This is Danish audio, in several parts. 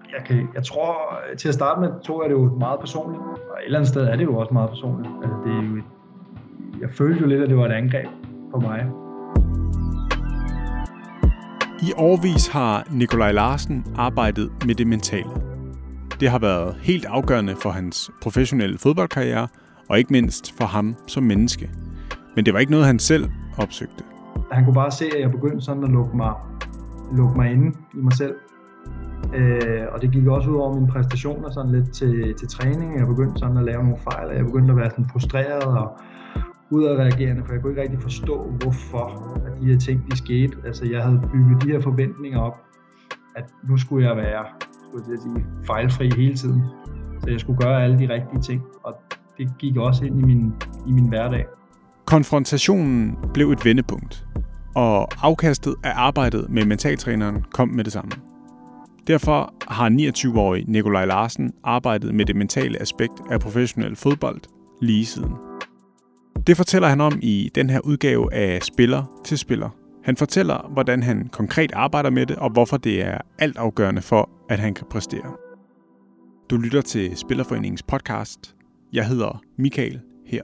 Jeg tror, til at starte med, tror jeg, det er jo meget personligt. Og et eller andet sted er det jo også meget personligt. Altså, det er jo jeg følte jo lidt, at det var et angreb på mig. I årevis har Nikolaj Larsen arbejdet med det mentale. Det har været helt afgørende for hans professionelle fodboldkarriere, og ikke mindst for ham som menneske. Men det var ikke noget, han selv opsøgte. Han kunne bare se, at jeg begyndte sådan at lukke mig inde i mig selv. Og det gik også ud over mine præstationer sådan lidt til træning. Jeg begyndte sådan at lave nogle fejl, og jeg begyndte at være sådan frustreret og udadreagerende, for jeg kunne ikke rigtig forstå, hvorfor at de her ting de skete. Altså jeg havde bygget de her forventninger op, at nu skulle jeg være fejlfri hele tiden. Så jeg skulle gøre alle de rigtige ting, og det gik også ind i min hverdag. Konfrontationen blev et vendepunkt, og afkastet af arbejdet med mentaltræneren kom med det samme. Derfor har 29-årig Nikolaj Larsen arbejdet med det mentale aspekt af professionel fodbold lige siden. Det fortæller han om i den her udgave af Spiller til Spiller. Han fortæller, hvordan han konkret arbejder med det, og hvorfor det er altafgørende for, at han kan præstere. Du lytter til Spillerforeningens podcast. Jeg hedder Michael her.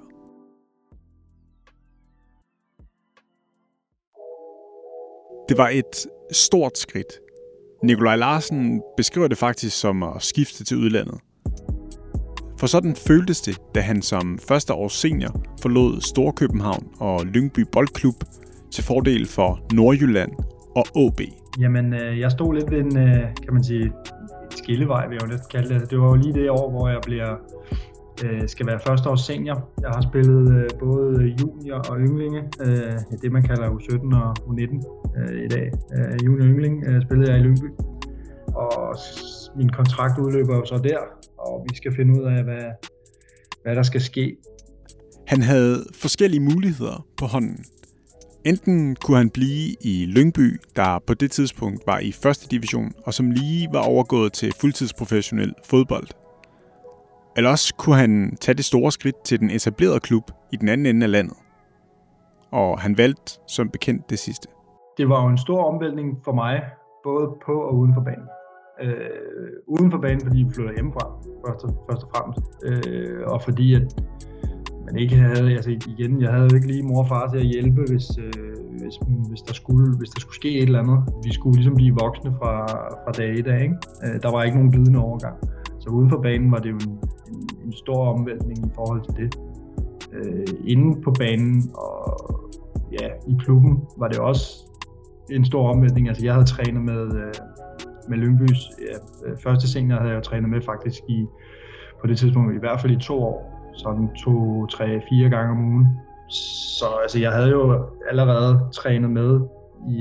Det var et stort skridt. Nikolaj Larsen beskriver det faktisk som at skifte til udlandet. For sådan føltes det, da han som førsteårs senior forlod Storkøbenhavn og Lyngby Boldklub til fordel for Nordjylland og AaB. Jamen, jeg stod lidt ved en, kan man sige, skillevej, vil jeg jo næsten kalde det. Altså, det var jo lige det år, hvor jeg skal være førsteårs senior. Jeg har spillet både junior og ynglinge, det man kalder U17 og U19 i dag. Junior og yngling spillede jeg i Lyngby, og min kontrakt udløber jo så der, og vi skal finde ud af, hvad der skal ske. Han havde forskellige muligheder på hånden. Enten kunne han blive i Lyngby, der på det tidspunkt var i første division, og som lige var overgået til fuldtidsprofessionel fodbold. Eller også kunne han tage det store skridt til den etablerede klub i den anden ende af landet. Og han valgte som bekendt det sidste. Det var jo en stor omvæltning for mig, både på og uden for banen. Uden for banen, fordi vi flytter hjemmefra, først og fremmest. Og fordi at man ikke havde, altså igen, jeg havde jo ikke lige mor og far til at hjælpe, hvis der skulle ske et eller andet. Vi skulle ligesom blive voksne fra dag i dag, ikke? Der var ikke nogen glidende overgang. Så uden for banen var det jo en stor omvæltning i forhold til det. Inde på banen og ja, i klubben var det også en stor omvæltning. Altså jeg havde trænet med Lyngbys første senior havde jeg jo trænet med faktisk på det tidspunkt i hvert fald i 2 år. Sådan 2, 3, 4 gange om ugen. Så altså jeg havde jo allerede trænet med i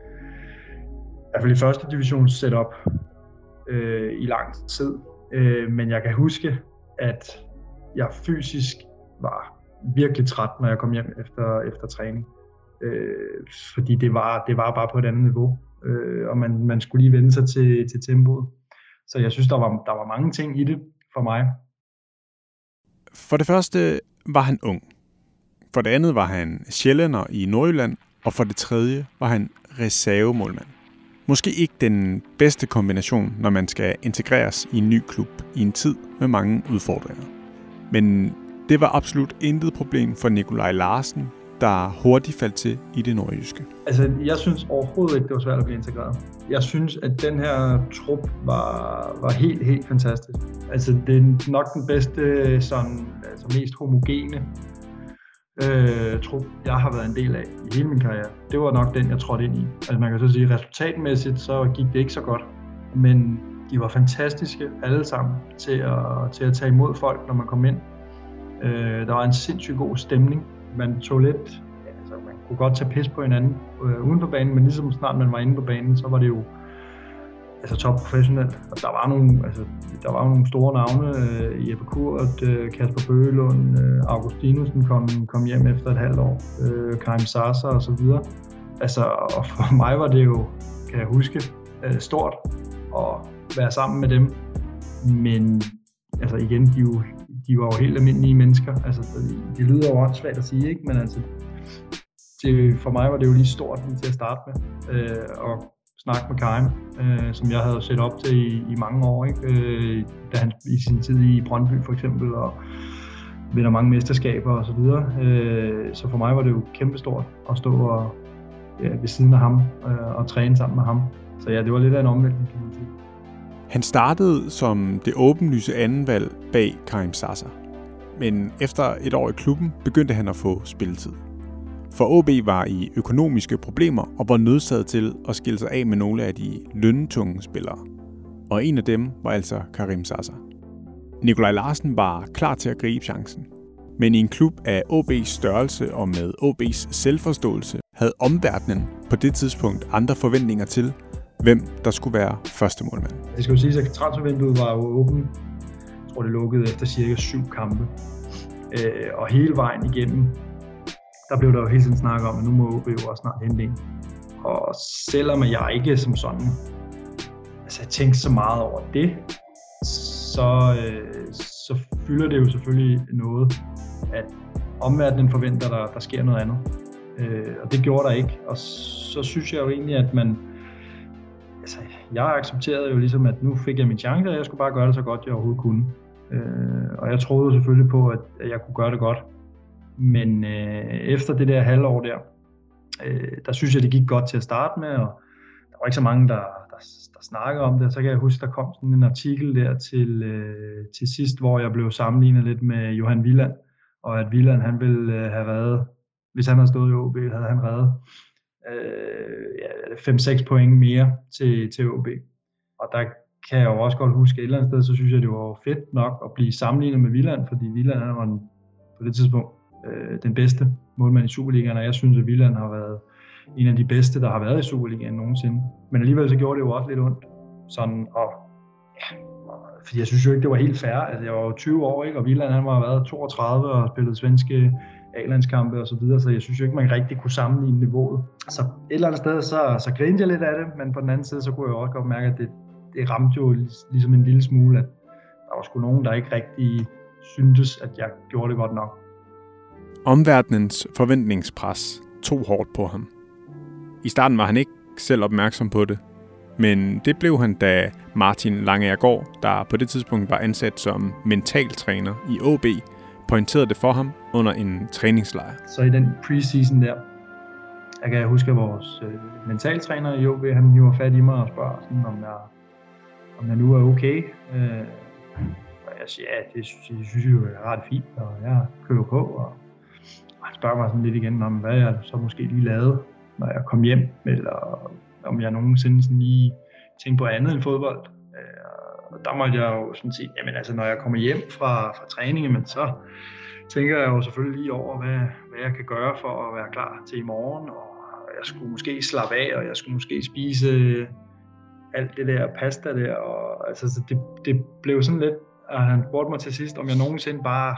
hvert fald i første divisions setup i lang tid. Men jeg kan huske, at jeg fysisk var virkelig træt, når jeg kom hjem efter træning. Fordi det var bare på et andet niveau. Og man skulle lige vende sig til tempoet. Så jeg synes, der var mange ting i det for mig. For det første var han ung. For det andet var han sjællænder i Nordjylland. Og for det tredje var han reservemålmand. Måske ikke den bedste kombination, når man skal integreres i en ny klub i en tid med mange udfordringer. Men det var absolut intet problem for Nikolaj Larsen, der hurtigt faldt til i det nordjyske. Altså, jeg synes overhovedet ikke, det var svært at blive integreret. Jeg synes, at den her trup var helt, helt fantastisk. Altså, det er nok den bedste, sådan, altså mest homogene trup, jeg har været en del af i hele min karriere. Det var nok den, jeg trådte ind i. Altså, man kan så sige, resultatmæssigt, så gik det ikke så godt. Men de var fantastiske alle sammen til at tage imod folk, når man kom ind. Der var en sindssygt god stemning. Man tog lidt, altså man kunne godt tage pis på hinanden uden for banen, men ligesom snart man var inde på banen, så var det jo altså top professionelt. Og der var nogle store navne, Jeppe Kurt, Kasper Bøgelund, Augustinusen kom hjem efter et halvt år, Karim Sasa og så videre. Altså, og for mig var det jo, kan jeg huske, stort at være sammen med dem. Men altså igen, de var jo helt almindelige mennesker. Altså, det lyder jo åndssvagt at sige, ikke? Men altså, for mig var det jo lige stort lige til at starte med. Og snak med Karim, som jeg havde set op til i mange år, ikke? Da han i sin tid i Brøndby for eksempel, og vinder mange mesterskaber og så videre. Så for mig var det jo kæmpestort at stå ved siden af ham og træne sammen med ham. Så ja, det var lidt af en omvæltning, kan man sige. Han startede som det åbenlyse andenvalg bag Karim Zaza. Men efter et år i klubben begyndte han at få spilletid. For OB var i økonomiske problemer og var nødsaget til at skille sig af med nogle af de løntunge spillere. Og en af dem var altså Karim Zaza. Nikolaj Larsen var klar til at gribe chancen. Men i en klub af OB's størrelse og med OB's selvforståelse havde omverdenen på det tidspunkt andre forventninger til, hvem der skulle være første målmand. Det skal jo siges, at transfervinduet var jo åbent. Jeg tror, det lukkede efter cirka 7 kampe. Og hele vejen igennem, der blev der jo hele tiden snakket om, at nu må OB jo også snart hente en. Og selvom jeg ikke som sådan tænkte så meget over det, så fylder det jo selvfølgelig noget, at omverdenen forventer, der sker noget andet. Og det gjorde der ikke. Og så synes jeg jo egentlig, at jeg accepterede jo ligesom, at nu fik jeg min chance, og jeg skulle bare gøre det så godt, jeg overhovedet kunne. Og jeg troede selvfølgelig på, at jeg kunne gøre det godt. Men efter det der halvår der synes jeg, det gik godt til at starte med, og der var ikke så mange, der snakkede om det. Så kan jeg huske, der kom sådan en artikel der til sidst, hvor jeg blev sammenlignet lidt med Johan Wieland, og at Wieland, han ville have reddet, hvis han havde stået i OB, havde han reddet 5-6 point mere til OB. Og der kan jeg jo også godt huske, et eller andet sted, så synes jeg, det var fedt nok at blive sammenlignet med Wieland, fordi Wieland var på det tidspunkt den bedste målmand i Superligaen, og jeg synes, at Wieland har været en af de bedste, der har været i Superligaen nogensinde. Men alligevel så gjorde det jo også lidt ondt. Sådan, fordi jeg synes jo ikke, det var helt fair. Altså, jeg var jo 20 år, ikke? Og Wieland, han var været 32 og spillet svenske A-landskampe og så videre, så jeg synes jo ikke, man rigtig kunne sammenligne niveauet. Så et eller andet sted, så grinede jeg lidt af det, men på den anden side, så kunne jeg også godt mærke, at det ramte jo ligesom en lille smule, at der var sgu nogen, der ikke rigtig syntes, at jeg gjorde det godt nok. Omverdenens forventningspres tog hårdt på ham. I starten var han ikke selv opmærksom på det, men det blev han, da Martin Langagergaard, der på det tidspunkt var ansat som mentaltræner i OB, pointerede det for ham under en træningslejr. Så i den preseason der, jeg kan huske, at vores mentaltræner i OB, han hiver fat i mig og spørger, sådan, om jeg nu er okay. Og jeg siger, ja, det synes jeg jo, jeg har det fint, og jeg kører på. Og han spørger mig sådan lidt igen om, hvad jeg så måske lige lavede, når jeg kom hjem, eller om jeg nogensinde sådan lige tænkte på andet end fodbold. Og der måtte jeg jo sådan sige, jamen altså, når jeg kommer hjem fra træning, men så tænker jeg jo selvfølgelig lige over, hvad jeg kan gøre for at være klar til i morgen, og jeg skulle måske slappe af, og jeg skulle måske spise alt det der pasta der, og altså, så det blev sådan lidt, at han spurgte mig til sidst, om jeg nogensinde bare,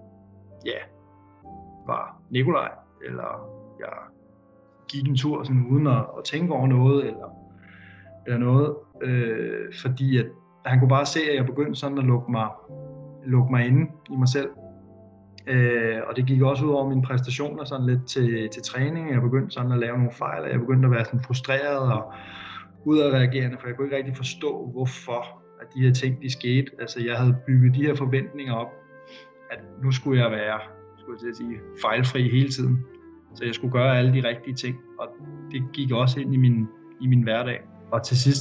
var Nikolaj, eller jeg gik en tur sådan uden at tænke over noget, eller noget, fordi at han kunne bare se, at jeg begyndte sådan at lukke mig inde i mig selv. Og det gik også ud over mine præstationer sådan lidt til træning. Jeg begyndte sådan at lave nogle fejl, og jeg begyndte at være sådan frustreret og udadreagerende, for jeg kunne ikke rigtig forstå, hvorfor at de her ting, de skete. Altså, jeg havde bygget de her forventninger op, at nu skulle jeg være, fejlfri hele tiden. Så jeg skulle gøre alle de rigtige ting, og det gik også ind i min hverdag. Og til sidst,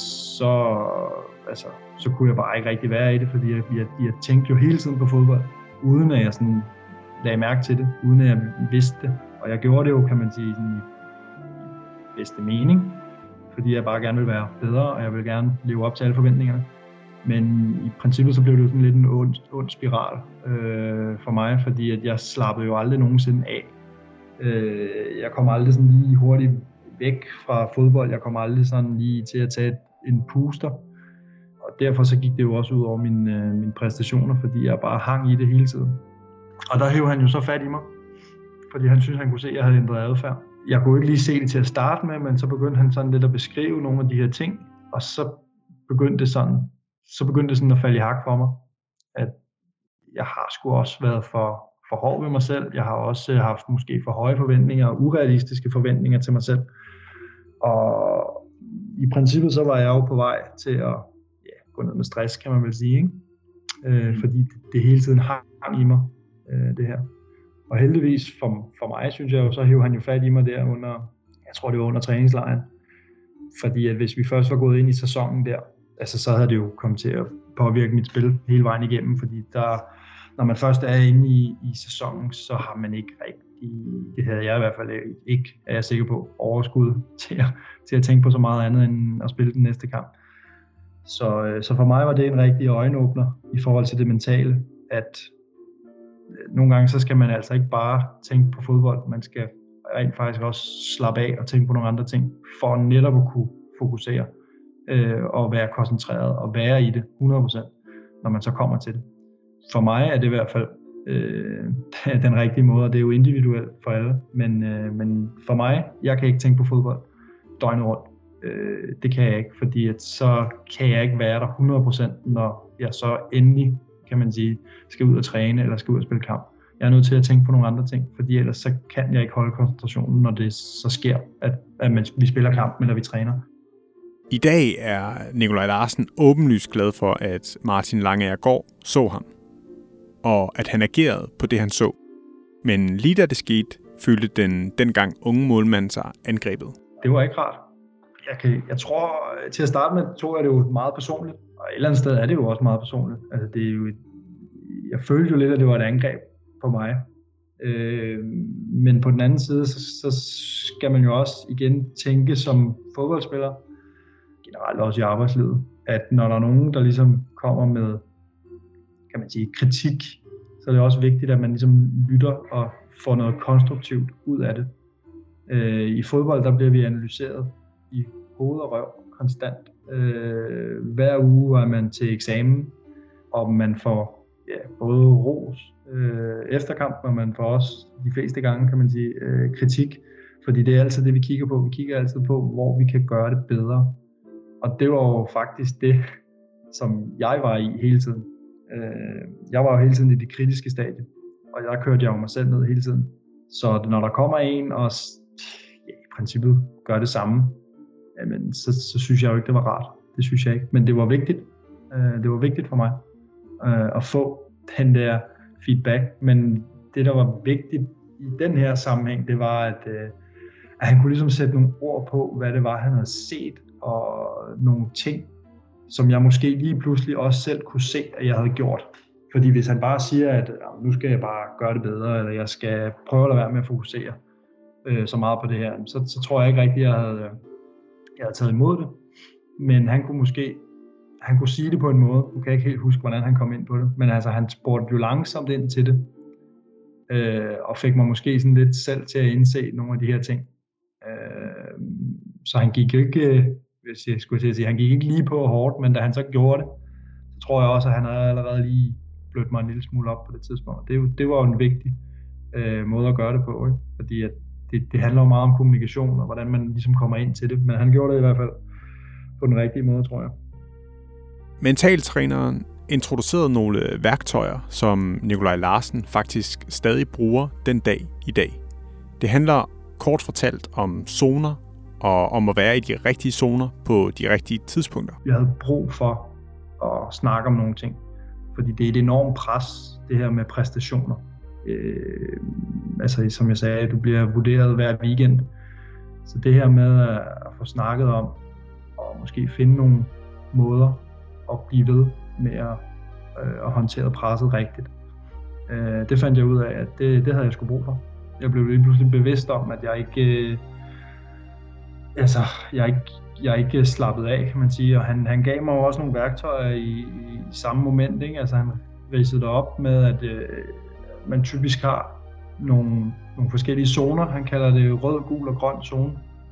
så kunne jeg bare ikke rigtig være i det, fordi jeg tænkte jo hele tiden på fodbold, uden at jeg sådan lagde mærke til det, uden at jeg vidste det. Og jeg gjorde det jo, kan man sige, sådan i bedste mening, fordi jeg bare gerne ville være bedre, og jeg ville gerne leve op til alle forventningerne. Men i princippet så blev det jo sådan lidt en ond spiral for mig, fordi at jeg slappede jo aldrig nogensinde af. Jeg kom aldrig sådan lige hurtigt væk fra fodbold. Jeg kom aldrig sådan lige til at tage en puster. Og derfor så gik det jo også ud over mine præstationer, fordi jeg bare hang i det hele tiden. Og der hævde han jo så fat i mig, fordi han syntes, han kunne se, at jeg havde ændret adfærd. Jeg kunne ikke lige se det til at starte med, men så begyndte han sådan lidt at beskrive nogle af de her ting, og så begyndte det sådan at falde i hak for mig, at jeg har sgu også været for hård ved mig selv. Jeg har også haft måske for høje forventninger og urealistiske forventninger til mig selv. Og i princippet så var jeg jo på vej til at gå ned med stress, kan man vel sige, ikke? Fordi det hele tiden hang i mig, det her. Og heldigvis for mig, synes jeg jo, så hævde han jo fat i mig der under, jeg tror det var under træningslejren. Fordi at hvis vi først var gået ind i sæsonen der, altså så havde det jo kommet til at påvirke mit spil hele vejen igennem, fordi når man først er inde i sæsonen, så har man ikke rigtig, det havde jeg i hvert fald ikke, er jeg sikker på, overskud til at tænke på så meget andet end at spille den næste kamp. Så for mig var det en rigtig øjenåbner i forhold til det mentale, at nogle gange så skal man altså ikke bare tænke på fodbold, man skal rent faktisk også slappe af og tænke på nogle andre ting, for netop at kunne fokusere og være koncentreret og være i det 100%, når man så kommer til det. For mig er det i hvert fald den rigtige måde, og det er jo individuelt for alle, men for mig, jeg kan ikke tænke på fodbold døgnet rundt. Det kan jeg ikke, fordi at så kan jeg ikke være der 100%, når jeg så endelig, kan man sige, skal ud og træne eller skal ud og spille kamp. Jeg er nødt til at tænke på nogle andre ting, fordi ellers så kan jeg ikke holde koncentrationen, når det så sker, at vi spiller kamp, eller vi træner. I dag er Nikolaj Larsen åbenlyst glad for, at Martin Langagergaard så ham, og at han agerede på det, han så. Men lige da det skete, følte den dengang unge målmand sig angrebet. Det var ikke rart. Jeg tror, til at starte med, tror jeg, det var meget personligt, og et eller andet sted er det jo også meget personligt. Altså, det er jo jeg følte jo lidt, at det var et angreb på mig. Men på den anden side, så skal man jo også igen tænke som fodboldspiller, generelt også i arbejdslivet, at når der er nogen, der ligesom kommer med, kan man sige, kritik, så er det også vigtigt, at man ligesom lytter og får noget konstruktivt ud af det. I fodbold, der bliver vi analyseret i hoved og røv konstant. Hver uge er man til eksamen, og man får både ros efter kampen, og man får også de fleste gange, kan man sige, kritik. Fordi det er altid det, vi kigger på. Vi kigger altid på, hvor vi kan gøre det bedre. Og det var jo faktisk det, som jeg var i hele tiden. Jeg var jo hele tiden i det kritiske stadie, og jeg kørte jo mig selv ned hele tiden. Så når der kommer en og i princippet gør det samme, jamen, så synes jeg jo ikke, det var rart. Det synes jeg ikke. Men det var vigtigt. Det var vigtigt for mig at få den der feedback. Men det, der var vigtigt i den her sammenhæng, det var, at han kunne ligesom sætte nogle ord på, hvad det var, han havde set, og nogle ting, som jeg måske lige pludselig også selv kunne se, at jeg havde gjort. Fordi hvis han bare siger, at nu skal jeg bare gøre det bedre, eller jeg skal prøve at lade være med at fokusere så meget på det her, så tror jeg ikke rigtigt, at jeg havde taget imod det. Men han kunne sige det på en måde. Nu kan jeg ikke helt huske, hvordan han kom ind på det. Men altså, han spurgte jo langsomt ind til det. Og fik mig måske sådan lidt selv til at indse nogle af de her ting. Så han gik ikke, hvis jeg skulle til at sige, han gik ikke lige på hårdt, men da han så gjorde det, så tror jeg også, at han havde allerede lige blødt mig en lille smule op på det tidspunkt. Det var jo en vigtig måde at gøre det på, ikke? Fordi at det handler jo meget om kommunikation, og hvordan man ligesom kommer ind til det. Men han gjorde det i hvert fald på den rigtige måde, tror jeg. Mentaltræneren introducerede nogle værktøjer, som Nikolaj Larsen faktisk stadig bruger den dag i dag. Det handler kort fortalt om zoner, og om at være i de rigtige zoner på de rigtige tidspunkter. Jeg havde brug for at snakke om nogle ting, fordi det er et enormt pres, det her med præstationer. Altså som jeg sagde, du bliver vurderet hver weekend. Så det her med at få snakket om, og måske finde nogle måder at blive ved med at håndtere presset rigtigt. Det fandt jeg ud af, at det havde jeg sgu brug for. Jeg blev lige pludselig bevidst om, at jeg er ikke slappet af, kan man sige. Og han gav mig også nogle værktøjer i samme moment, ikke? Altså han ridsede det op med, at man typisk har nogle forskellige zoner. Han kalder det rød, gul og grøn zone.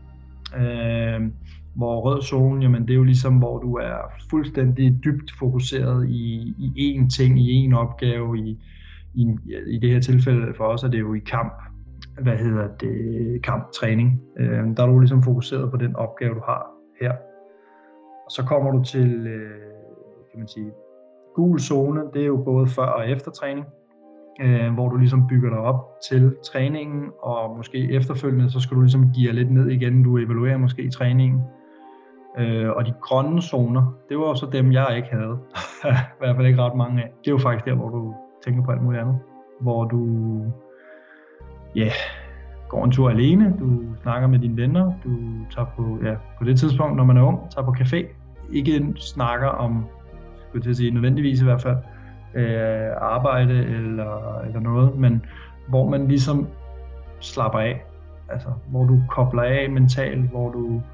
Hvor rød zone, jamen det er jo ligesom, hvor du er fuldstændig dybt fokuseret i én ting, i én opgave. I det her tilfælde for os er det jo i kamp. Kamptræning. Der er du ligesom fokuseret på den opgave, du har her. Og så kommer du til, kan man sige, gul zone. Det er jo både før og efter træning, hvor du ligesom bygger dig op til træningen, og måske efterfølgende, så skal du ligesom give lidt ned igen. Du evaluerer måske træningen. Og de grønne zoner, det var jo så dem, jeg ikke havde. I hvert fald ikke ret mange af. Det er jo faktisk der, hvor du tænker på alt muligt andet. Hvor du går en tur alene, du snakker med dine venner, du tager på det tidspunkt, når man er ung, tager på café. Ikke snakker om, skulle jeg sige, nødvendigvis i hvert fald, arbejde eller noget, men hvor man ligesom slapper af. Altså, hvor du kobler af mentalt, hvor du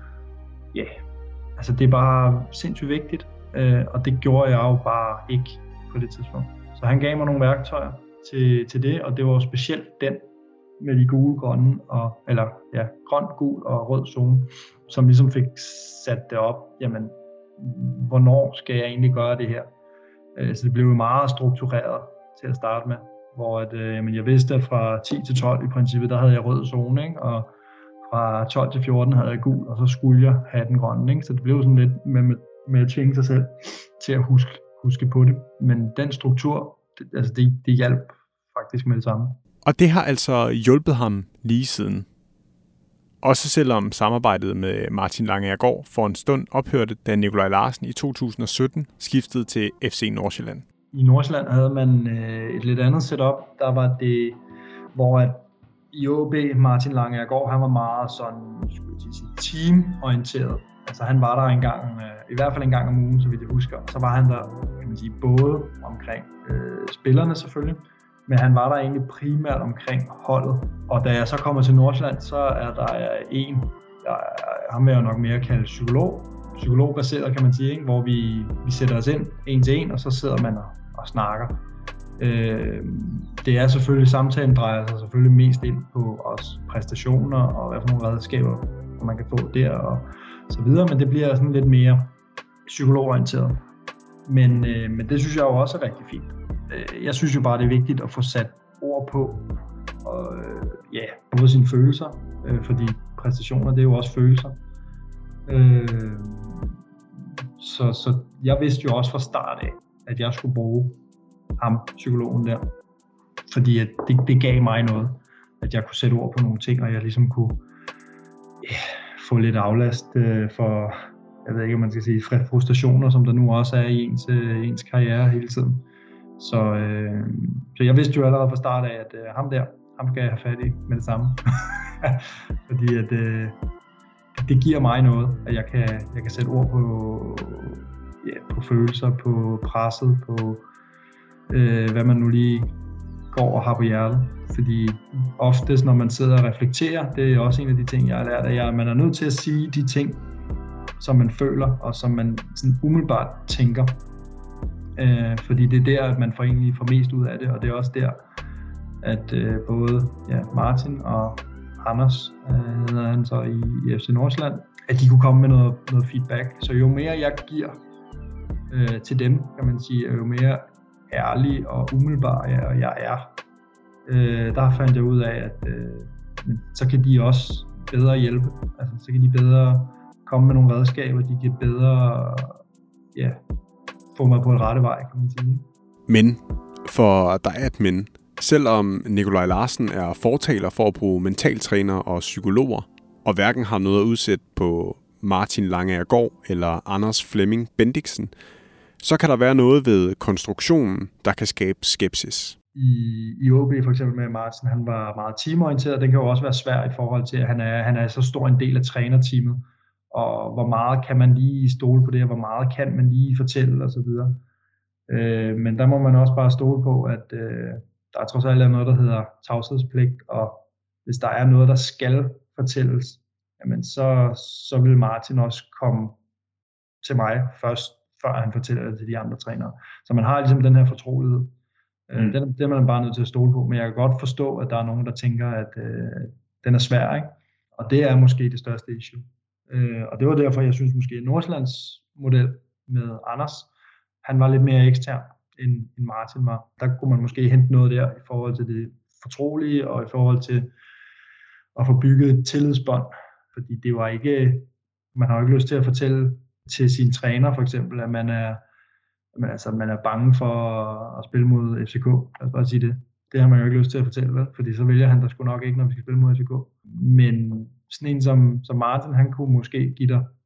altså det er bare sindssygt vigtigt, og det gjorde jeg jo bare ikke på det tidspunkt. Så han gav mig nogle værktøjer til det, og det var specielt den med de gule, grønne, grøn, gul og rød zone, som ligesom fik sat det op, jamen, hvornår skal jeg egentlig gøre det her? Så det blev jo meget struktureret til at starte med, hvor jeg vidste, at fra 10 til 12 i princippet, der havde jeg rød zone, ikke? Og fra 12 til 14 havde jeg gul, og så skulle jeg have den grønne, ikke? Så det blev sådan lidt med at tvinge sig selv til at huske på det. Men den struktur, det hjalp faktisk med det samme. Og det har altså hjulpet ham lige siden. Også selvom samarbejdet med Martin Langegaard for en stund ophørte, da Nikolaj Larsen i 2017 skiftede til FC Nordsjælland. I Nordsjælland havde man et lidt andet setup. Der var det, hvor at i OB, Martin Langegaard, han var meget sådan, teamorienteret. Altså han var der i hvert fald en gang om ugen, så vidt jeg husker. Så var han der, kan man sige, både omkring spillerne selvfølgelig, men han var der egentlig primært omkring holdet. Og da jeg så kommer til Nordsjælland, så er der ham vil jeg nok mere kalde psykologbaseret, kan man sige, ikke? Hvor vi sætter os ind en til en, og så sidder man og snakker. Det er selvfølgelig, samtalen drejer sig selvfølgelig mest ind på os præstationer og hvad for nogle redskaber man kan få der og så videre, men det bliver sådan lidt mere psykologorienteret. Men det synes jeg jo også er rigtig fint. Jeg synes jo bare, det er vigtigt at få sat ord på både sine følelser, fordi præstationer, det er jo også følelser. Så jeg vidste jo også fra start af, at jeg skulle bruge ham, psykologen der, fordi at det gav mig noget, at jeg kunne sætte ord på nogle ting, og jeg ligesom kunne få lidt aflast for, jeg ved ikke, om man skal sige, frustrationer, som der nu også er i ens karriere hele tiden. Så jeg vidste jo allerede fra start af, at ham skal jeg have fat i med det samme. Fordi at det giver mig noget, at jeg kan sætte ord på følelser, på presset, på hvad man nu lige går og har på hjertet. Fordi oftest, når man sidder og reflekterer, det er også en af de ting, jeg har lært, at man er nødt til at sige de ting, som man føler, og som man sådan umiddelbart tænker. Fordi det er der, at man får mest ud af det, og det er også der, at både Martin og Anders, hedder han så i FC Nordsjælland, at de kunne komme med noget feedback. Så jo mere jeg giver til dem, kan man sige, jo mere ærlig og umiddelbar jeg er, der fandt jeg ud af, at så kan de også bedre hjælpe. Altså, så kan de bedre komme med nogle redskaber, de kan bedre få mig på et rette vej, kan man sige. Men, for der er et men. Selvom Nikolaj Larsen er fortaler for at bruge mentaltrænere og psykologer, og hverken har noget at udsætte på Martin Langegaard eller Anders Flemming Bendiksen, så kan der være noget ved konstruktionen, der kan skabe skepsis. I OB for eksempel med Martin, han var meget teamorienteret. Det kan jo også være svært i forhold til, at han er så stor en del af trænerteamet, og hvor meget kan man lige stole på det, og hvor meget kan man lige fortælle osv. Men der må man også bare stole på, at der er trods alt noget, der hedder tavshedspligt, og hvis der er noget, der skal fortælles, jamen så vil Martin også komme til mig først, før han fortæller det til de andre trænere. Så man har ligesom den her fortrolighed. Den er man bare nødt til at stole på, men jeg kan godt forstå, at der er nogen, der tænker, at den er svær, ikke? Og det er måske det største issue. Og det var derfor, jeg synes måske, at Nordsjællands model med Anders, han var lidt mere ekstern, end Martin var. Der kunne man måske hente noget der i forhold til det fortrolige, og i forhold til at få bygget et tillidsbånd. Fordi det var ikke, man har jo ikke lyst til at fortælle til sin træner for eksempel, at man er bange for at spille mod FCK. Lad os bare sige det. Det har man jo ikke lyst til at fortælle, vel? Fordi så vælger han der sgu nok ikke, når vi skal spille mod FCK. Men sådan en som Martin, han kunne måske give dig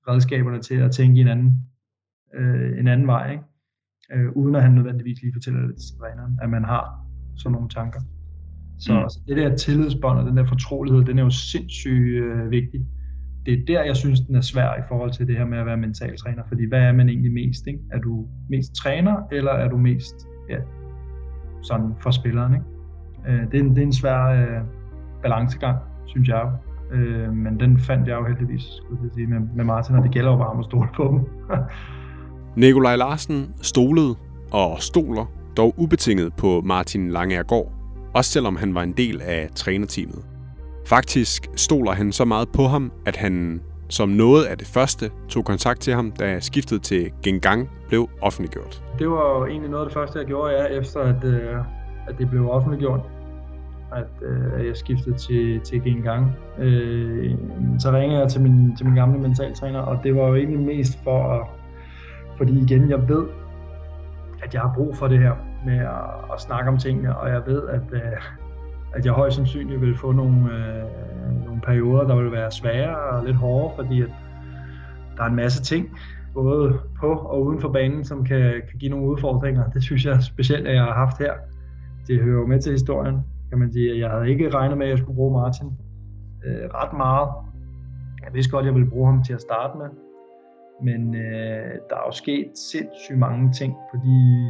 redskaberne til at tænke i en anden vej, ikke? Uden at han nødvendigvis lige fortæller det til træneren, at man har sådan nogle tanker. Så det der tillidsbånd og den der fortrolighed, den er jo sindssygt vigtig. Det er der, jeg synes, den er svær i forhold til det her med at være mentaltræner, fordi hvad er man egentlig mest, ikke? Er du mest træner, eller er du mest sådan for spilleren, ikke? Det er en svær balancegang, synes jeg. Men den fandt jeg jo heldigvis, skulle jeg sige, med Martin, og det gælder jo bare om at stole på dem. Nikolaj Larsen stolede og stoler dog ubetinget på Martin Langagergaard, også selvom han var en del af trænerteamet. Faktisk stoler han så meget på ham, at han som noget af det første tog kontakt til ham, da skiftet til Guingamp blev offentliggjort. Det var jo egentlig noget af det første, jeg gjorde, efter at det blev offentliggjort, at jeg skiftede til Guingamp. Så ringede jeg til min gamle mentaltræner, og det var jo egentlig mest fordi igen, jeg ved, at jeg har brug for det her med at snakke om tingene, og jeg ved, at jeg højst sandsynligt vil få nogle perioder, der vil være svære og lidt hårde, fordi at der er en masse ting, både på og uden for banen, som kan give nogle udfordringer. Det synes jeg specielt, at jeg har haft her. Det hører jo med til historien, kan man sige. Jeg havde ikke regnet med, at jeg skulle bruge Martin ret meget. Jeg vidste godt, at jeg ville bruge ham til at starte med. Men der er jo sket sindssygt mange ting på de,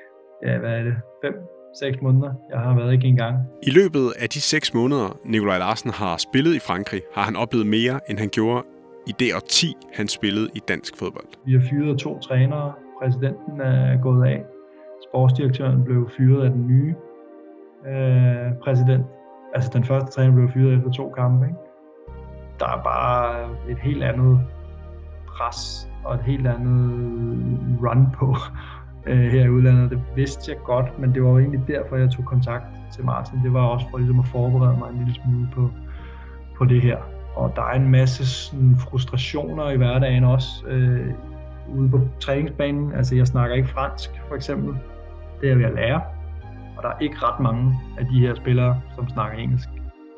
5-6 måneder, jeg har været i Guingamp. I løbet af de 6 måneder, Nikolaj Larsen har spillet i Frankrig, har han oplevet mere, end han gjorde i det årti, han spillede i dansk fodbold. Vi har fyret 2 trænere. Præsidenten er gået af. Sportsdirektøren blev fyret af den nye præsident. Altså den første træner blev fyret efter 2 kampe, ikke? Der er bare et helt andet pres og et helt andet run på her i udlandet. Det vidste jeg godt, men det var jo egentlig derfor, jeg tog kontakt til Martin. Det var også for ligesom at forberede mig en lille smule på det her. Og der er en masse sådan, frustrationer i hverdagen også ude på træningsbanen. Altså jeg snakker ikke fransk for eksempel. Det er jeg ved at lære. Og der er ikke ret mange af de her spillere, som snakker engelsk.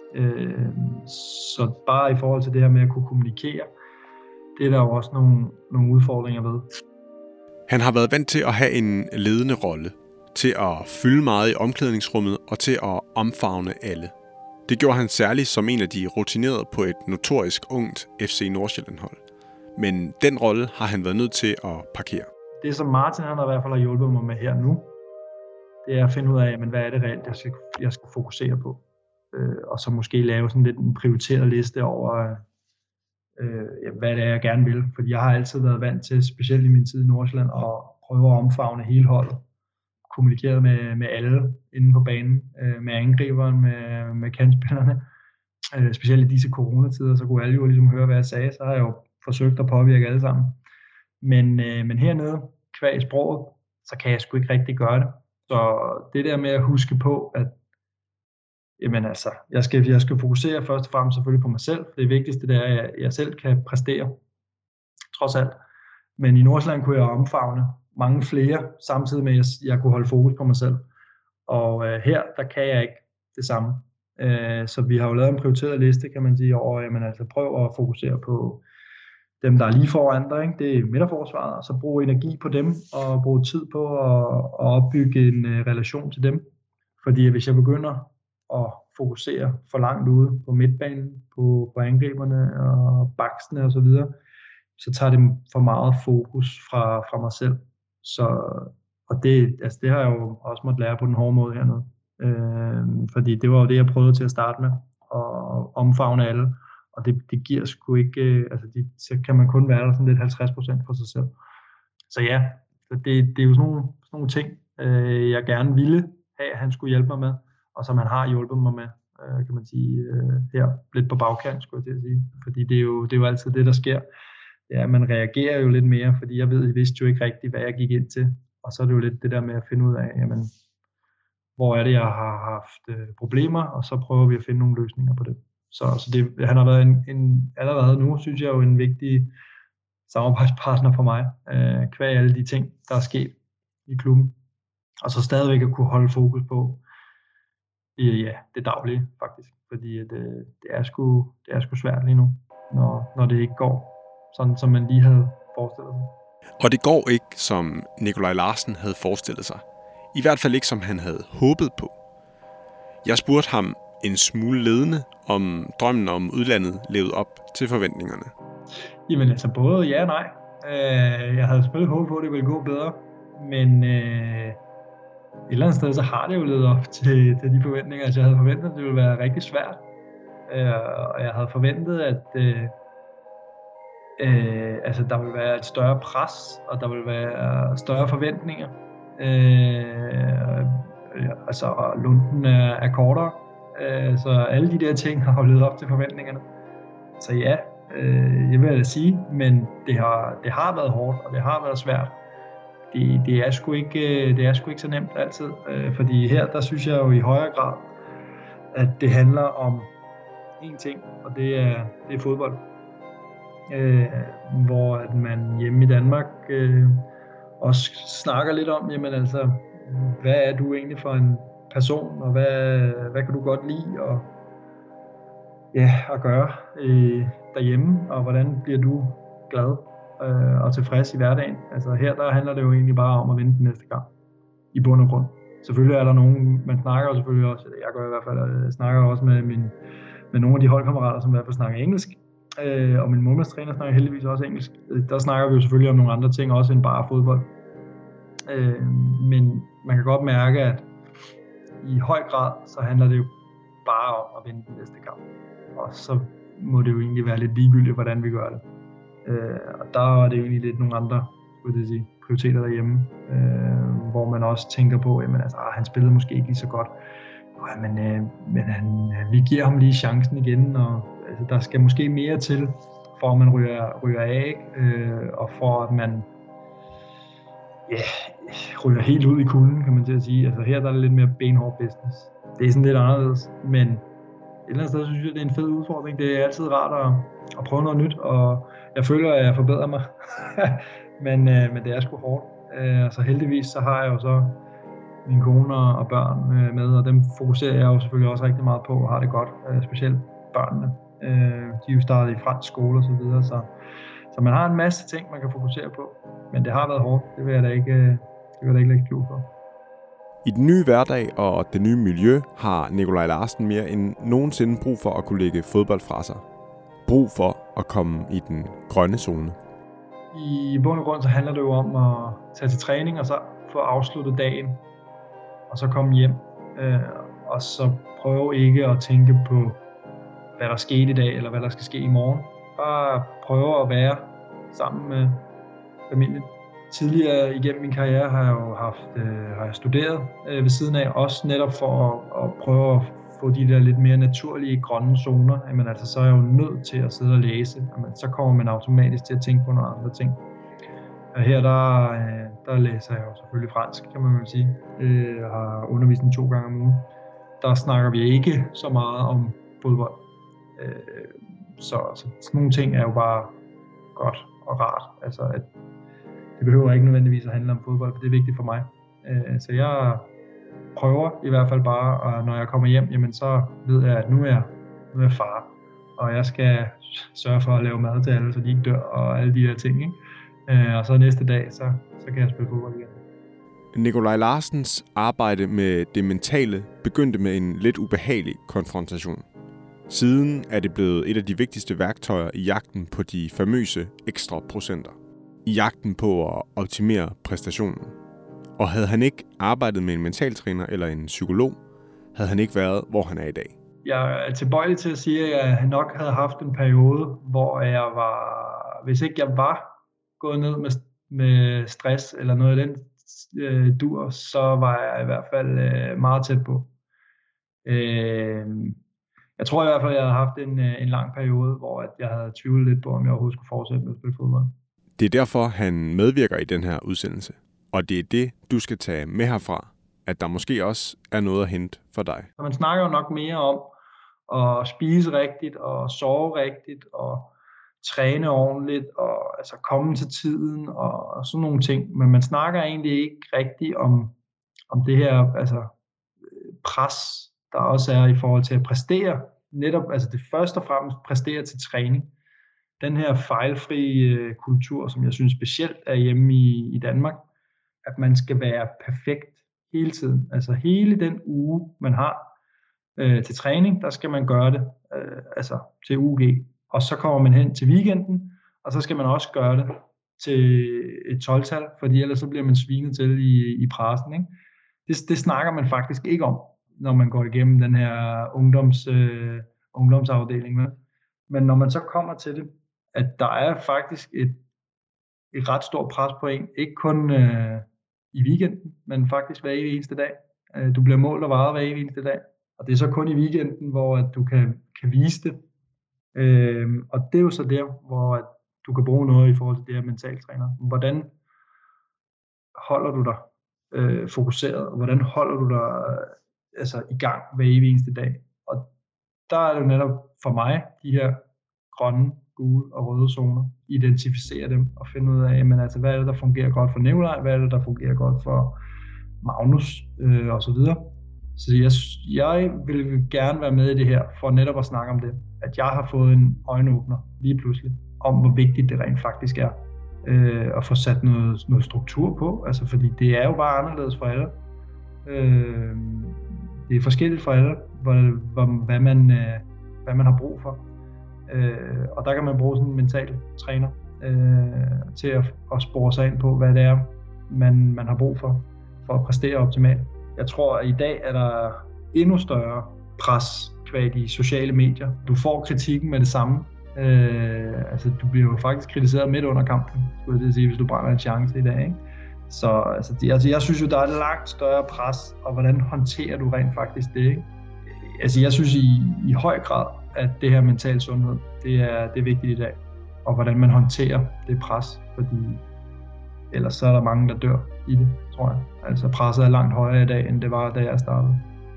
Så bare i forhold til det her med at kunne kommunikere, det er der jo også nogle udfordringer ved. Han har været vant til at have en ledende rolle, til at fylde meget i omklædningsrummet og til at omfavne alle. Det gjorde han særligt som en af de rutinerede på et notorisk ungt FC Nordsjælland-hold. Men den rolle har han været nødt til at parkere. Det som Martin han har i hvert fald hjulpet mig med her nu, det er at finde ud af, hvad er det reelt, jeg skal fokusere på. Og så måske lave sådan lidt en prioriteret liste over, hvad det er, jeg gerne vil. Fordi jeg har altid været vant til, specielt i min tid i Nordsjælland, at prøve at omfavne hele holdet. Kommunikeret med alle inde på banen, med angriberen, med kantspillerne. Specielt i disse coronatider, så kunne alle jo ligesom høre, hvad jeg sagde. Så har jeg jo forsøgt at påvirke alle sammen. Men hernede, kvad i sproget, så kan jeg sgu ikke rigtig gøre det. Så det der med at huske på, at jamen altså, jeg skal fokusere først og fremmest selvfølgelig på mig selv. Det vigtigste det er, at jeg selv kan præstere, trods alt. Men i Nordsjælland kunne jeg omfavne mange flere, samtidig med, at jeg kunne holde fokus på mig selv. Og her, der kan jeg ikke det samme. Så vi har jo lavet en prioriteret liste, kan man sige, over, jamen altså prøv at fokusere på dem, der er lige foran dig, ikke? Det er midterforsvaret, og så bruge energi på dem, og bruge tid på at opbygge en relation til dem. Fordi hvis jeg begynder at fokusere for langt ude på midtbanen, på angriberne og baksene og så videre, så tager det for meget fokus fra mig selv. Og det har jeg jo også måttet lære på den hårde måde hernede. Fordi det var jo det, jeg prøvede til at starte med, at omfavne alle. Og det giver sgu ikke, så kan man kun være der sådan lidt 50% for sig selv. Så ja, det er jo sådan nogle ting, jeg gerne ville have, at han skulle hjælpe mig med, og som han har hjulpet mig med, kan man sige, her lidt på bagkant, skulle jeg til at sige. Fordi det er jo altid det, der sker. Ja, man reagerer jo lidt mere, fordi jeg vidste jo ikke rigtigt, hvad jeg gik ind til. Og så er det jo lidt det der med at finde ud af, jamen, hvor er det, jeg har haft problemer, og så prøver vi at finde nogle løsninger på det. Så han har været allerede nu, synes jeg jo, en vigtig samarbejdspartner for mig, kvad alle de ting, der er sket i klubben. Og så stadigvæk at kunne holde fokus på det daglige, faktisk. Fordi det er sgu svært lige nu, når det ikke går sådan som man lige havde forestillet sig. Og det går ikke, som Nikolaj Larsen havde forestillet sig. I hvert fald ikke, som han havde håbet på. Jeg spurgte ham en smule ledende, om drømmen om udlandet levede op til forventningerne. Jamen altså både ja og nej. Jeg havde selvfølgelig håbet på, at det ville gå bedre, men et eller andet sted, så har det jo levet op til de forventninger. Altså jeg havde forventet, at det ville være rigtig svært. Og jeg havde forventet, at altså der ville være et større pres, og der ville være større forventninger. Altså lunden er kortere. Så alle de der ting har jo levet op til forventningerne. Så ja, jeg vil da sige, men det har været hårdt, og det har været svært. Det er sgu ikke så nemt altid, fordi her, der synes jeg jo i højere grad, at det handler om én ting, og det er fodbold. Hvor at man hjemme i Danmark også snakker lidt om, jamen altså, hvad er du egentlig for en person, og hvad kan du godt lide at gøre derhjemme, og hvordan bliver du glad og tilfreds i hverdagen. Altså her, der handler det jo egentlig bare om at vinde den næste gang, i bund og grund. Selvfølgelig er der nogen, man snakker jo selvfølgelig også, jeg gør i hvert fald, snakker også med nogle af de holdkammerater, som i hvert fald snakker engelsk, og min målmandstræner snakker heldigvis også engelsk. Der snakker vi jo selvfølgelig om nogle andre ting, også end bare fodbold. Men man kan godt mærke, at i høj grad, så handler det jo bare om at vinde den næste kamp. Og så må det jo egentlig være lidt ligegyldigt, hvordan vi gør det. Og der er det jo egentlig lidt nogle andre prioriteter derhjemme, hvor man også tænker på, at han spillede måske ikke lige så godt. Men vi giver ham lige chancen igen, og altså, der skal måske mere til, for at man ryger af, ikke? Og for at man ryger helt ud i kulden, kan man til at sige. Altså her der er det lidt mere benhård business. Det er sådan lidt anderledes, men et eller andet sted synes jeg, det er en fed udfordring. Det er altid rart at prøve noget nyt, og jeg føler, at jeg forbedrer mig. men det er sgu hårdt. Så heldigvis så har jeg jo så mine kone og børn med, og dem fokuserer jeg jo selvfølgelig også rigtig meget på, og har det godt, specielt børnene. De er jo startet i fransk skole og så videre, så man har en masse ting, man kan fokusere på, men det har været hårdt, det vil jeg da ikke lægge skjul for. I den nye hverdag og det nye miljø har Nikolaj Larsen mere end nogensinde brug for at kunne lægge fodbold fra sig. Brug for at komme i den grønne zone. I bund og grund så handler det jo om at tage til træning og så få afsluttet dagen, og så komme hjem, og så prøve ikke at tænke på, hvad der skete i dag, eller hvad der skal ske i morgen. Bare prøve at være sammen med familien. Tidligere igennem min karriere har jeg jo har jeg studeret ved siden af, også netop for at prøve at få de der lidt mere naturlige grønne zoner. Jamen, altså, så er jeg jo nødt til at sidde og læse, men så kommer man automatisk til at tænke på nogle andre ting. Og her der læser jeg jo selvfølgelig fransk, kan man vel sige. Jeg har undervisning 2 gange om ugen. Der snakker vi ikke så meget om fodbold. Så sådan nogle ting er jo bare godt og rart. Altså, at det behøver ikke nødvendigvis at handle om fodbold, for det er vigtigt for mig. Så jeg prøver i hvert fald bare, og når jeg kommer hjem, jamen så ved jeg, at nu er jeg far, og jeg skal sørge for at lave mad til alle, så de ikke dør, og alle de der ting, ikke? Og så næste dag, så kan jeg spille fodbold igen. Nikolaj Larsens arbejde med det mentale begyndte med en lidt ubehagelig konfrontation. Siden er det blevet et af de vigtigste værktøjer i jagten på de famøse ekstra procenter. I jagten på at optimere præstationen. Og havde han ikke arbejdet med en mentaltræner eller en psykolog, havde han ikke været, hvor han er i dag. Jeg er tilbøjelig til at sige, at jeg nok havde haft en periode, hvor jeg var, hvis ikke jeg var gået ned med stress eller noget af den dur, så var jeg i hvert fald meget tæt på. Jeg tror i hvert fald, at jeg havde haft en lang periode, hvor jeg havde tvivlet lidt på, om jeg overhovedet skulle fortsætte med at spille fodbold. Det er derfor, han medvirker i den her udsendelse. Og det er det, du skal tage med herfra, at der måske også er noget at hente for dig. Man snakker jo nok mere om at spise rigtigt, og sove rigtigt, og træne ordentligt, og altså komme til tiden, og sådan nogle ting. Men man snakker egentlig ikke rigtigt om det her altså pres, der også er i forhold til at præstere. Netop, altså det først og fremmest præstere til træning. den her fejlfri kultur, som jeg synes specielt er hjemme i Danmark, at man skal være perfekt hele tiden. Altså hele den uge, man har til træning, der skal man gøre det altså til UG. Og så kommer man hen til weekenden, og så skal man også gøre det til et 12-tal, fordi ellers så bliver man svinet til i pressen. Ikke? Det snakker man faktisk ikke om, når man går igennem den her ungdomsafdeling. Med. Men når man så kommer til det, at der er faktisk et ret stort pres på en, ikke kun i weekenden, men faktisk hver eneste dag. Du bliver målt og vejet hver eneste dag, og det er så kun i weekenden, hvor at du kan vise det. Og det er jo så der, hvor at du kan bruge noget i forhold til det her mentaltræner. Hvordan holder du dig fokuseret, og hvordan holder du dig altså i gang hver eneste dag? Og der er det jo netop for mig, de her grønne, gule og røde zoner, identificere dem og finde ud af, jamen, altså, hvad er det, der fungerer godt for Nikolaj, hvad er det, der fungerer godt for Magnus og så videre. Så jeg vil gerne være med i det her, for netop at snakke om det, at jeg har fået en øjenåbner lige pludselig, om hvor vigtigt det rent faktisk er, at få sat noget struktur på, altså fordi det er jo bare anderledes for alle. Det er forskelligt for alle, hvad man har brug for. Og der kan man bruge sådan en mental træner til at spore sig ind på, hvad det er, man har brug for at præstere optimalt. Jeg tror, at i dag er der endnu større pres kvad de sociale medier. Du får kritikken med det samme. Altså, du bliver jo faktisk kritiseret midt under kampen, skulle jeg sige, hvis du brænder en chance i dag. Ikke? Så altså, jeg synes jo, der er et langt større pres, og hvordan håndterer du rent faktisk det? Ikke? Altså, jeg synes i høj grad, at det her mental sundhed, det er vigtigt i dag. Og hvordan man håndterer det pres, fordi ellers så er der mange, der dør i det, tror jeg. Altså presset er langt højere i dag, end det var, da jeg startede.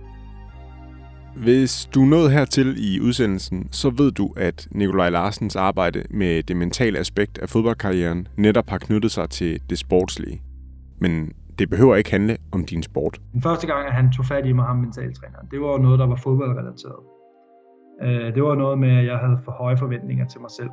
Hvis du er nået hertil i udsendelsen, så ved du, at Nikolaj Larsens arbejde med det mentale aspekt af fodboldkarrieren netop har knyttet sig til det sportslige. Men det behøver ikke handle om din sport. Den første gang, at han tog fat i mig, ham mentaltræneren, det var noget, der var fodboldrelateret. Det var noget med, at jeg havde for høje forventninger til mig selv.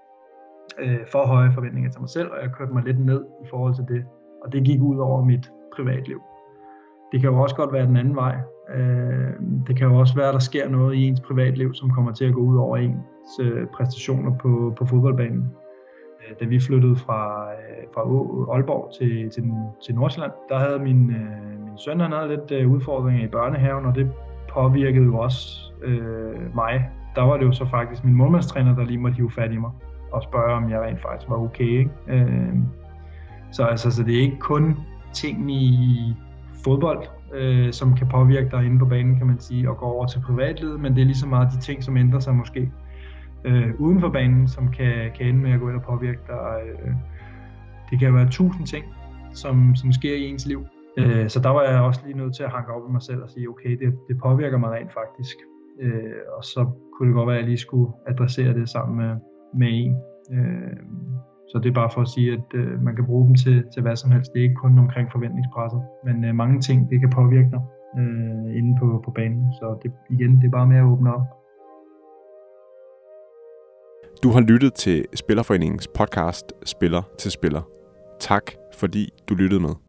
Og jeg kørte mig lidt ned i forhold til det. Og det gik ud over mit privatliv. Det kan jo også godt være den anden vej. Det kan jo også være, at der sker noget i ens privatliv, som kommer til at gå ud over ens præstationer på fodboldbanen. Da vi flyttede fra Aalborg til Nordsjælland, der havde min søn lidt udfordringer i børnehaven, og det påvirkede jo også mig. Der var det jo så faktisk min målmandstræner, der lige måtte hive fat i mig og spørge, om jeg rent faktisk var okay. Ikke? Så det er ikke kun ting i fodbold, som kan påvirke dig inde på banen, kan man sige, og gå over til privatlivet, men det er lige så meget de ting, som ændrer sig måske uden for banen, som kan ende med at gå ind og påvirke dig. Det kan være 1000 ting, som sker i ens liv. Så der var jeg også lige nødt til at hanke op i mig selv og sige, okay, det påvirker mig rent faktisk. Og så kunne det godt være, at jeg lige skulle adressere det sammen med en. Så det er bare for at sige, at man kan bruge dem til hvad som helst. Det er ikke kun omkring forventningspresset, men mange ting, det kan påvirke dig inde på banen. Så det er bare med at åbne op. Du har lyttet til Spillerforeningens podcast Spiller til Spiller. Tak fordi du lyttede med.